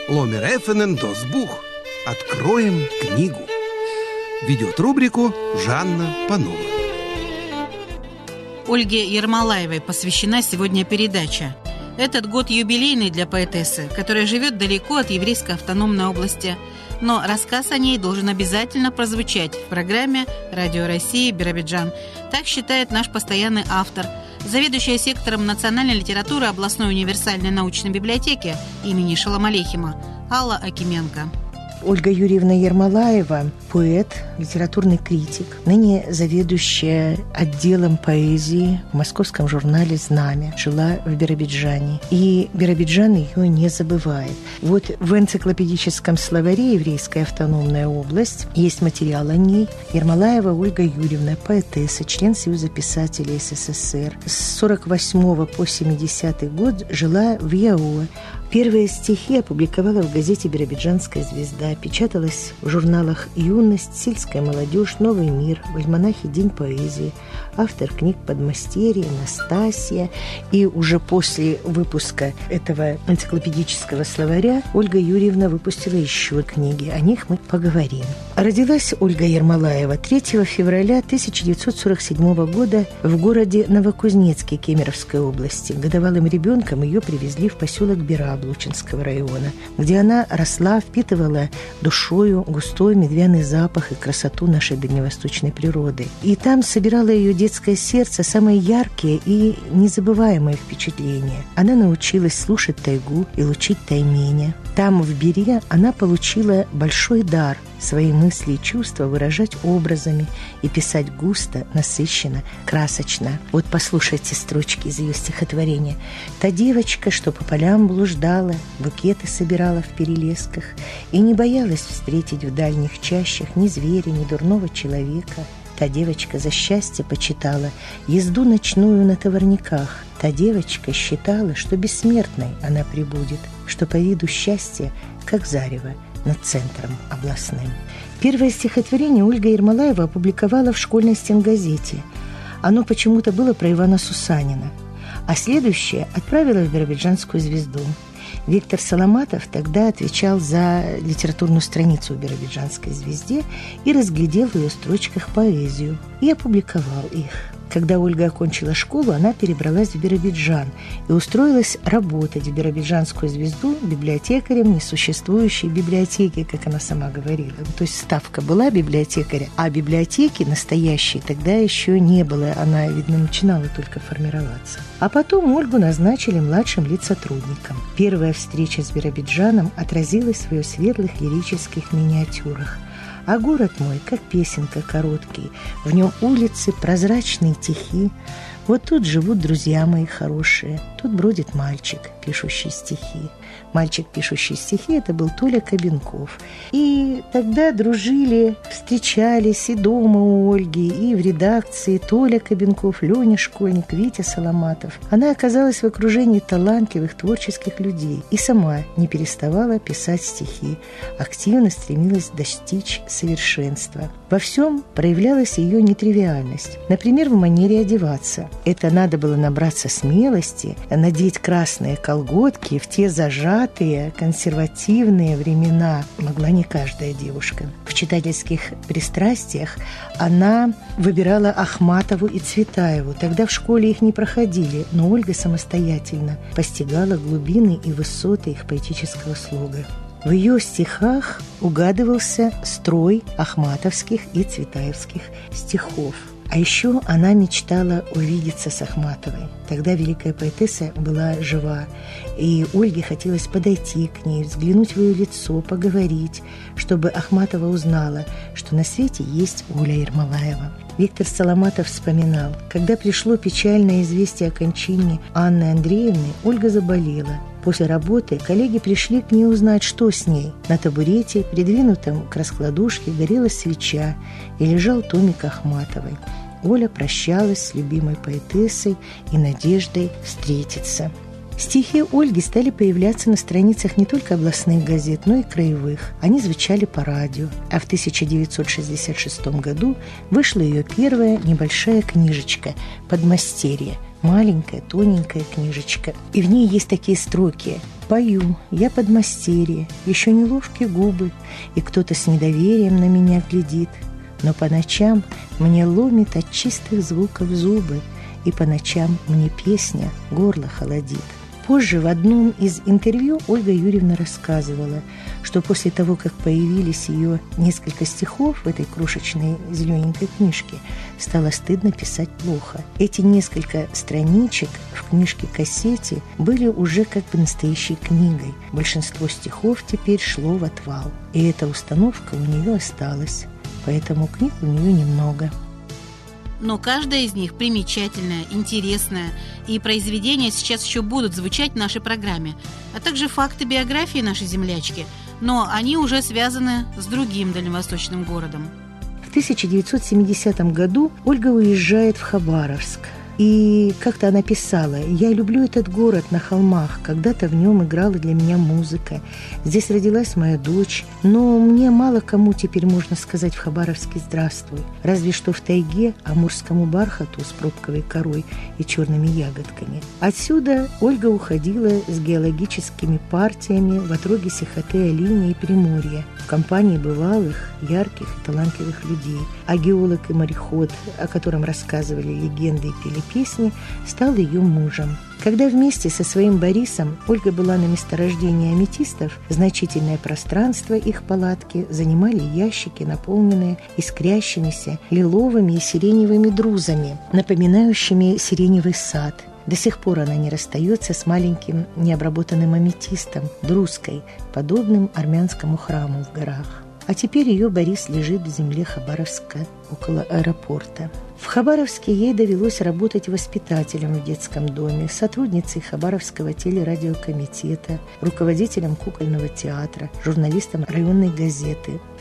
Ломер-Эффенен дос Бух. Откроем книгу. Ведет рубрику Жанна Панова. Ольге Ермолаевой посвящена сегодня передача. Этот год юбилейный для поэтессы, которая живет далеко от еврейской автономной области. Но рассказ о ней должен обязательно прозвучать в программе «Радио России. Биробиджан». Так считает наш постоянный автор, заведующая сектором национальной литературы областной универсальной научной библиотеки имени Шолом Алейхема Алла Акименко. Ольга Юрьевна Ермолаева – поэт, литературный критик, ныне заведующая отделом поэзии в московском журнале «Знамя». Жила в Биробиджане. И Биробиджан ее не забывает. Вот в энциклопедическом словаре «Еврейская автономная область» есть материал о ней. Ермолаева Ольга Юрьевна, поэтесса, член Союза писателей СССР. С 48 по 70 год жила в ЯО. Первые стихи опубликовала в газете «Биробиджанская звезда», печаталась в журналах «Юность», «Сельская молодежь», «Новый мир», в альманахе «День поэзии», автор книг «Подмастерье», «Настасья». И уже после выпуска этого энциклопедического словаря Ольга Юрьевна выпустила еще книги. О них мы поговорим. Родилась Ольга Ермолаева 3 февраля 1947 года в городе Новокузнецке Кемеровской области. Годовалым ребенком ее привезли в поселок Бираб Лучинского района, где она росла, впитывала душою густой медвяный запах и красоту нашей дальневосточной природы. И там собирало ее детское сердце самые яркие и незабываемые впечатления. Она научилась слушать тайгу и лучить тайменя. Там, в Бире, она получила большой дар – свои мысли и чувства выражать образами и писать густо, насыщенно, красочно. Вот послушайте строчки из ее стихотворения. «Та девочка, что по полям блуждала, букеты собирала в перелесках и не боялась встретить в дальних чащах ни зверя, ни дурного человека. Та девочка за счастье почитала езду ночную на товарниках. Та девочка считала, что бессмертной она прибудет, что по виду счастье, как зарево над центром областным». Первое стихотворение Ольга Ермолаева опубликовала в школьной стенгазете. Оно почему-то было про Ивана Сусанина. А следующее отправила в Биробиджанскую звезду. Виктор Соломатов тогда отвечал за литературную страницу в Биробиджанской звезде и разглядел в ее строчках поэзию и опубликовал их. Когда Ольга окончила школу, она перебралась в Биробиджан и устроилась работать в Биробиджанскую звезду библиотекарем несуществующей библиотеки, как она сама говорила. То есть ставка была библиотекаря, а библиотеки настоящей тогда еще не было. Она, видно, начинала только формироваться. А потом Ольгу назначили младшим литсотрудником. Первая встреча с Биробиджаном отразилась в ее светлых лирических миниатюрах. А город мой, как песенка короткий, в нем улицы прозрачные, тихи. Вот тут живут друзья мои хорошие, тут бродит мальчик, пишущий стихи. Мальчик, пишущий стихи, это был Толя Кабенков. И тогда дружили, встречались и дома у Ольги, и в редакции Толя Кабенков, Леня Школьник, Витя Соломатов. Она оказалась в окружении талантливых творческих людей и сама не переставала писать стихи, активно стремилась достичь совершенства. Во всем проявлялась ее нетривиальность. Например, в манере одеваться. Это надо было набраться смелости, надеть красные колготки в те зажатые, консервативные времена. Могла не каждая девушка. В читательских пристрастиях она выбирала Ахматову и Цветаеву. Тогда в школе их не проходили, но Ольга самостоятельно постигала глубины и высоты их поэтического слога. В ее стихах угадывался строй ахматовских и цветаевских стихов. А еще она мечтала увидеться с Ахматовой. Тогда великая поэтесса была жива, и Ольге хотелось подойти к ней, взглянуть в ее лицо, поговорить, чтобы Ахматова узнала, что на свете есть Оля Ермолаева. Виктор Соломатов вспоминал: когда пришло печальное известие о кончине Анны Андреевны, Ольга заболела. После работы коллеги пришли к ней узнать, что с ней. На табурете, придвинутом к раскладушке, горела свеча и лежал томик Ахматовой. Оля прощалась с любимой поэтессой и надеждой встретиться. Стихи Ольги стали появляться на страницах не только областных газет, но и краевых. Они звучали по радио. А в 1966 году вышла ее первая небольшая книжечка «Подмастерье». Маленькая, тоненькая книжечка. И в ней есть такие строки: Пою, я подмастерье, еще неловкие губы, и кто-то с недоверием на меня глядит. Но по ночам мне ломит от чистых звуков зубы, и по ночам мне песня горло холодит. Позже в одном из интервью Ольга Юрьевна рассказывала, что после того, как появились ее несколько стихов в этой крошечной зелененькой книжке, стало стыдно писать плохо. Эти несколько страничек в книжке-кассете были уже как бы настоящей книгой. Большинство стихов теперь шло в отвал. И эта установка у нее осталась. Поэтому книг у нее немного. Но каждая из них примечательная, интересная, и произведения сейчас еще будут звучать в нашей программе, а также факты биографии нашей землячки, но они уже связаны с другим дальневосточным городом. В 1970 году Ольга уезжает в Хабаровск. И как-то она писала: «Я люблю этот город на холмах, когда-то в нем играла для меня музыка. Здесь родилась моя дочь, но мне мало кому теперь можно сказать в Хабаровске «здравствуй». Разве что в тайге амурскому бархату с пробковой корой и черными ягодками». Отсюда Ольга уходила с геологическими партиями в отроге Сихоты-Алиния и Приморья в компании бывалых, ярких и талантливых людей. А геолог и мореход, о котором рассказывали легенды и пели песни, стал ее мужем. Когда вместе со своим Борисом Ольга была на месторождении аметистов, значительное пространство их палатки занимали ящики, наполненные искрящимися лиловыми и сиреневыми друзами, напоминающими сиреневый сад. До сих пор она не расстается с маленьким необработанным аметистом, друзкой, подобным армянскому храму в горах. А теперь ее Борис лежит в земле Хабаровска, около аэропорта. В Хабаровске ей довелось работать воспитателем в детском доме, сотрудницей Хабаровского телерадиокомитета, руководителем кукольного театра, журналистом районной газеты. В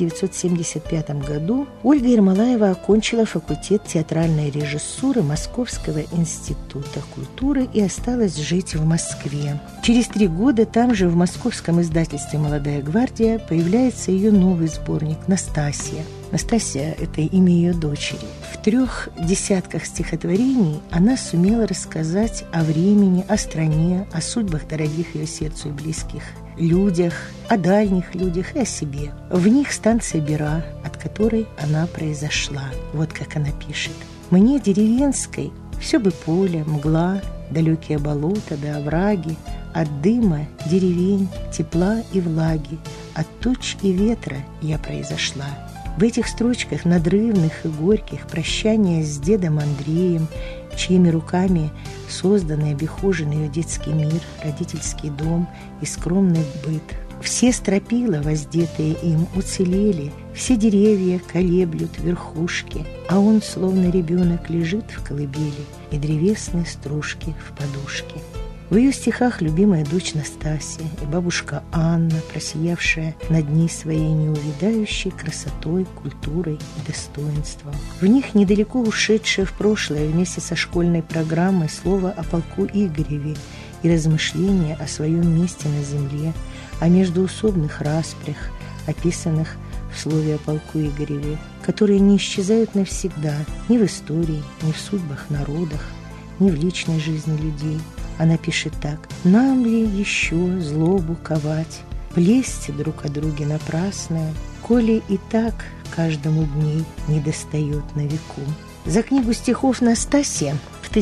1975 году Ольга Ермолаева окончила факультет театральной режиссуры Московского института культуры и осталась жить в Москве. Через 3 года там же в московском издательстве «Молодая гвардия» появляется ее новый сборник «Настасья». Настасья – это имя ее дочери. В 3 десятках стихотворений она сумела рассказать о времени, о стране, о судьбах дорогих ее сердцу и близких людях, о дальних людях и о себе. В них станция Бера, от которой она произошла. Вот как она пишет. «Мне, деревенской, все бы поле, мгла, далекие болота да овраги, от дыма, деревень, тепла и влаги, от туч и ветра я произошла». В этих строчках надрывных и горьких прощание с дедом Андреем, чьими руками создан и обихожен ее детский мир, родительский дом и скромный быт. Все стропила, воздетые им, уцелели, все деревья колеблют верхушки, а он, словно ребенок, лежит в колыбели, и древесные стружки в подушке. В ее стихах любимая дочь Настасья и бабушка Анна, просиявшая над ней своей неувядающей красотой, культурой и достоинством. В них недалеко ушедшее в прошлое вместе со школьной программой слово о полку Игореве и размышления о своем месте на земле, о междоусобных распрях, описанных в слове о полку Игореве, которые не исчезают навсегда ни в истории, ни в судьбах народах, ни в личной жизни людей. Она пишет так: «Нам ли еще злобу ковать, плесть друг о друге напрасное, коли и так каждому дней недостает на веку». За книгу стихов «Настасья» в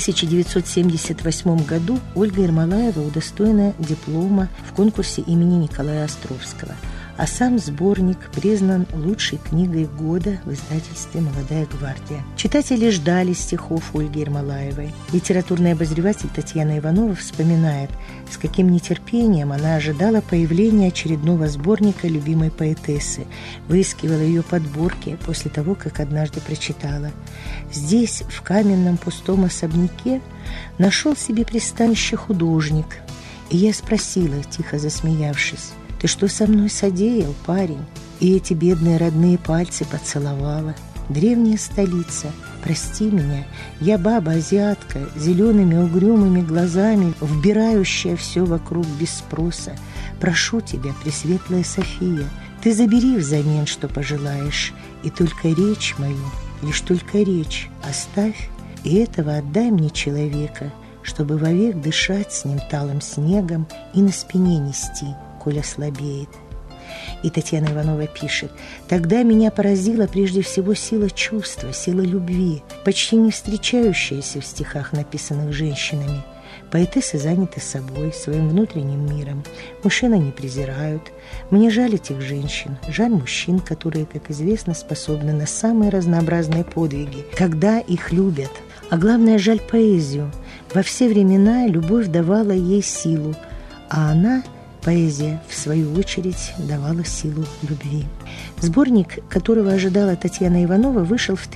1978 году Ольга Ермолаева удостоена диплома в конкурсе имени Николая Островского, а сам сборник признан лучшей книгой года в издательстве «Молодая гвардия». Читатели ждали стихов Ольги Ермолаевой. Литературный обозреватель Татьяна Иванова вспоминает, с каким нетерпением она ожидала появления очередного сборника любимой поэтессы, выискивала ее подборки после того, как однажды прочитала: «Здесь, в каменном пустом особняке, нашел себе пристанище художник». И я спросила, тихо засмеявшись: «Ты что со мной содеял, парень?» И эти бедные родные пальцы поцеловала. Древняя столица, прости меня, я баба-азиатка, зелеными угрюмыми глазами, вбирающая все вокруг без спроса. Прошу тебя, пресветлая София, ты забери взамен, что пожелаешь, и только речь мою, лишь только речь оставь, и этого отдай мне человека, чтобы вовек дышать с ним талым снегом и на спине нести, коль ослабеет. И Татьяна Иванова пишет: «Тогда меня поразила прежде всего сила чувства, сила любви, почти не встречающаяся в стихах, написанных женщинами. Поэтессы заняты собой, своим внутренним миром. Мужчин они презирают. Мне жаль этих женщин, жаль мужчин, которые, как известно, способны на самые разнообразные подвиги, когда их любят. А главное, жаль поэзию. Во все времена любовь давала ей силу, а она, поэзия, в свою очередь, давала силу любви». Сборник, которого ожидала Татьяна Иванова, вышел в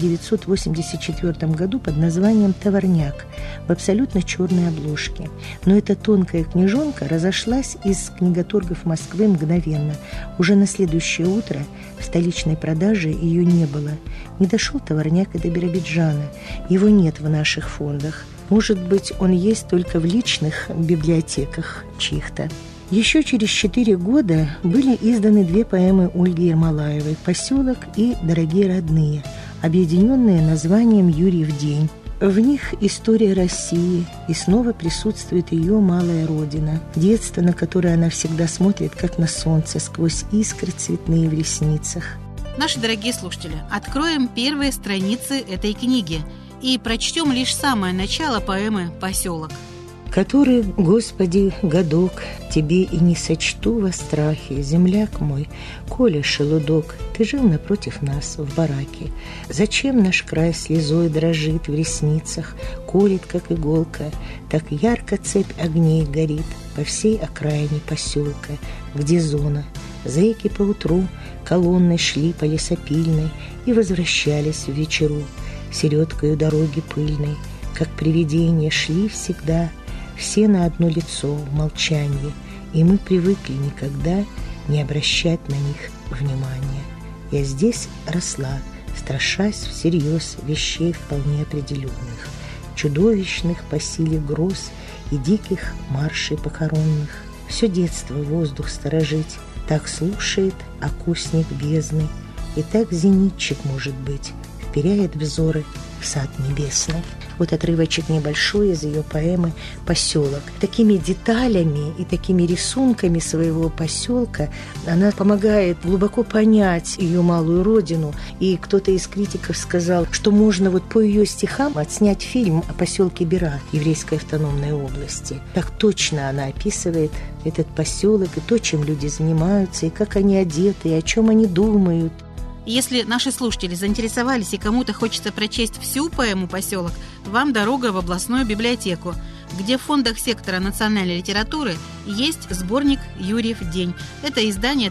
1984 году под названием «Товарняк» в абсолютно черной обложке. Но эта тонкая книжонка разошлась из книготоргов Москвы мгновенно. Уже на следующее утро в столичной продаже ее не было. Не дошел «Товарняк» и до Биробиджана. Его нет в наших фондах. Может быть, он есть только в личных библиотеках чьих-то. Еще через 4 года были изданы 2 поэмы Ольги Ермолаевой «Поселок» и «Дорогие родные», объединенные названием «Юрьев день». В них история России, и снова присутствует ее малая родина, детство, на которое она всегда смотрит, как на солнце, сквозь искры цветные в ресницах. Наши дорогие слушатели, откроем первые страницы этой книги и прочтем лишь самое начало поэмы «Поселок». «Который, Господи, годок, Тебе и не сочту во страхе, земляк мой, Коля шелудок, Ты жил напротив нас в бараке. Зачем наш край слезой дрожит в ресницах, Колет, как иголка, так ярко цепь огней горит По всей окраине поселка, где зона. Зэки поутру колонной шли по лесопильной И возвращались в вечеру середкою дороги пыльной, Как привидения шли всегда, все на одно лицо в молчании, и мы привыкли никогда не обращать на них внимания. Я здесь росла, страшась всерьез вещей вполне определенных, чудовищных по силе гроз и диких маршей похоронных. Все детство воздух сторожить, так слушает окусник бездны, и так зенитчик, может быть, вперяет взоры в сад небесный». Вот отрывочек небольшой из ее поэмы «Поселок». Такими деталями и такими рисунками своего поселка она помогает глубоко понять ее малую родину. И кто-то из критиков сказал, что можно вот по ее стихам отснять фильм о поселке Бира еврейской автономной области. Так точно она описывает этот поселок и то, чем люди занимаются, и как они одеты, и о чем они думают. Если наши слушатели заинтересовались и кому-то хочется прочесть всю поэму «Поселок», вам дорога в областную библиотеку, где в фондах сектора национальной литературы есть сборник «Юрьев день». Это издание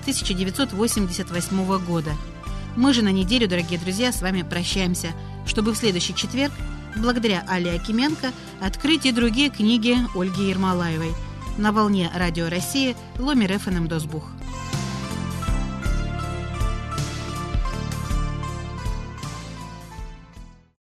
1988 года. Мы же на неделю, дорогие друзья, с вами прощаемся, чтобы в следующий четверг, благодаря Алле Акименко, открыть и другие книги Ольги Ермолаевой. На волне Радио России, Ломер ФНМ Досбух.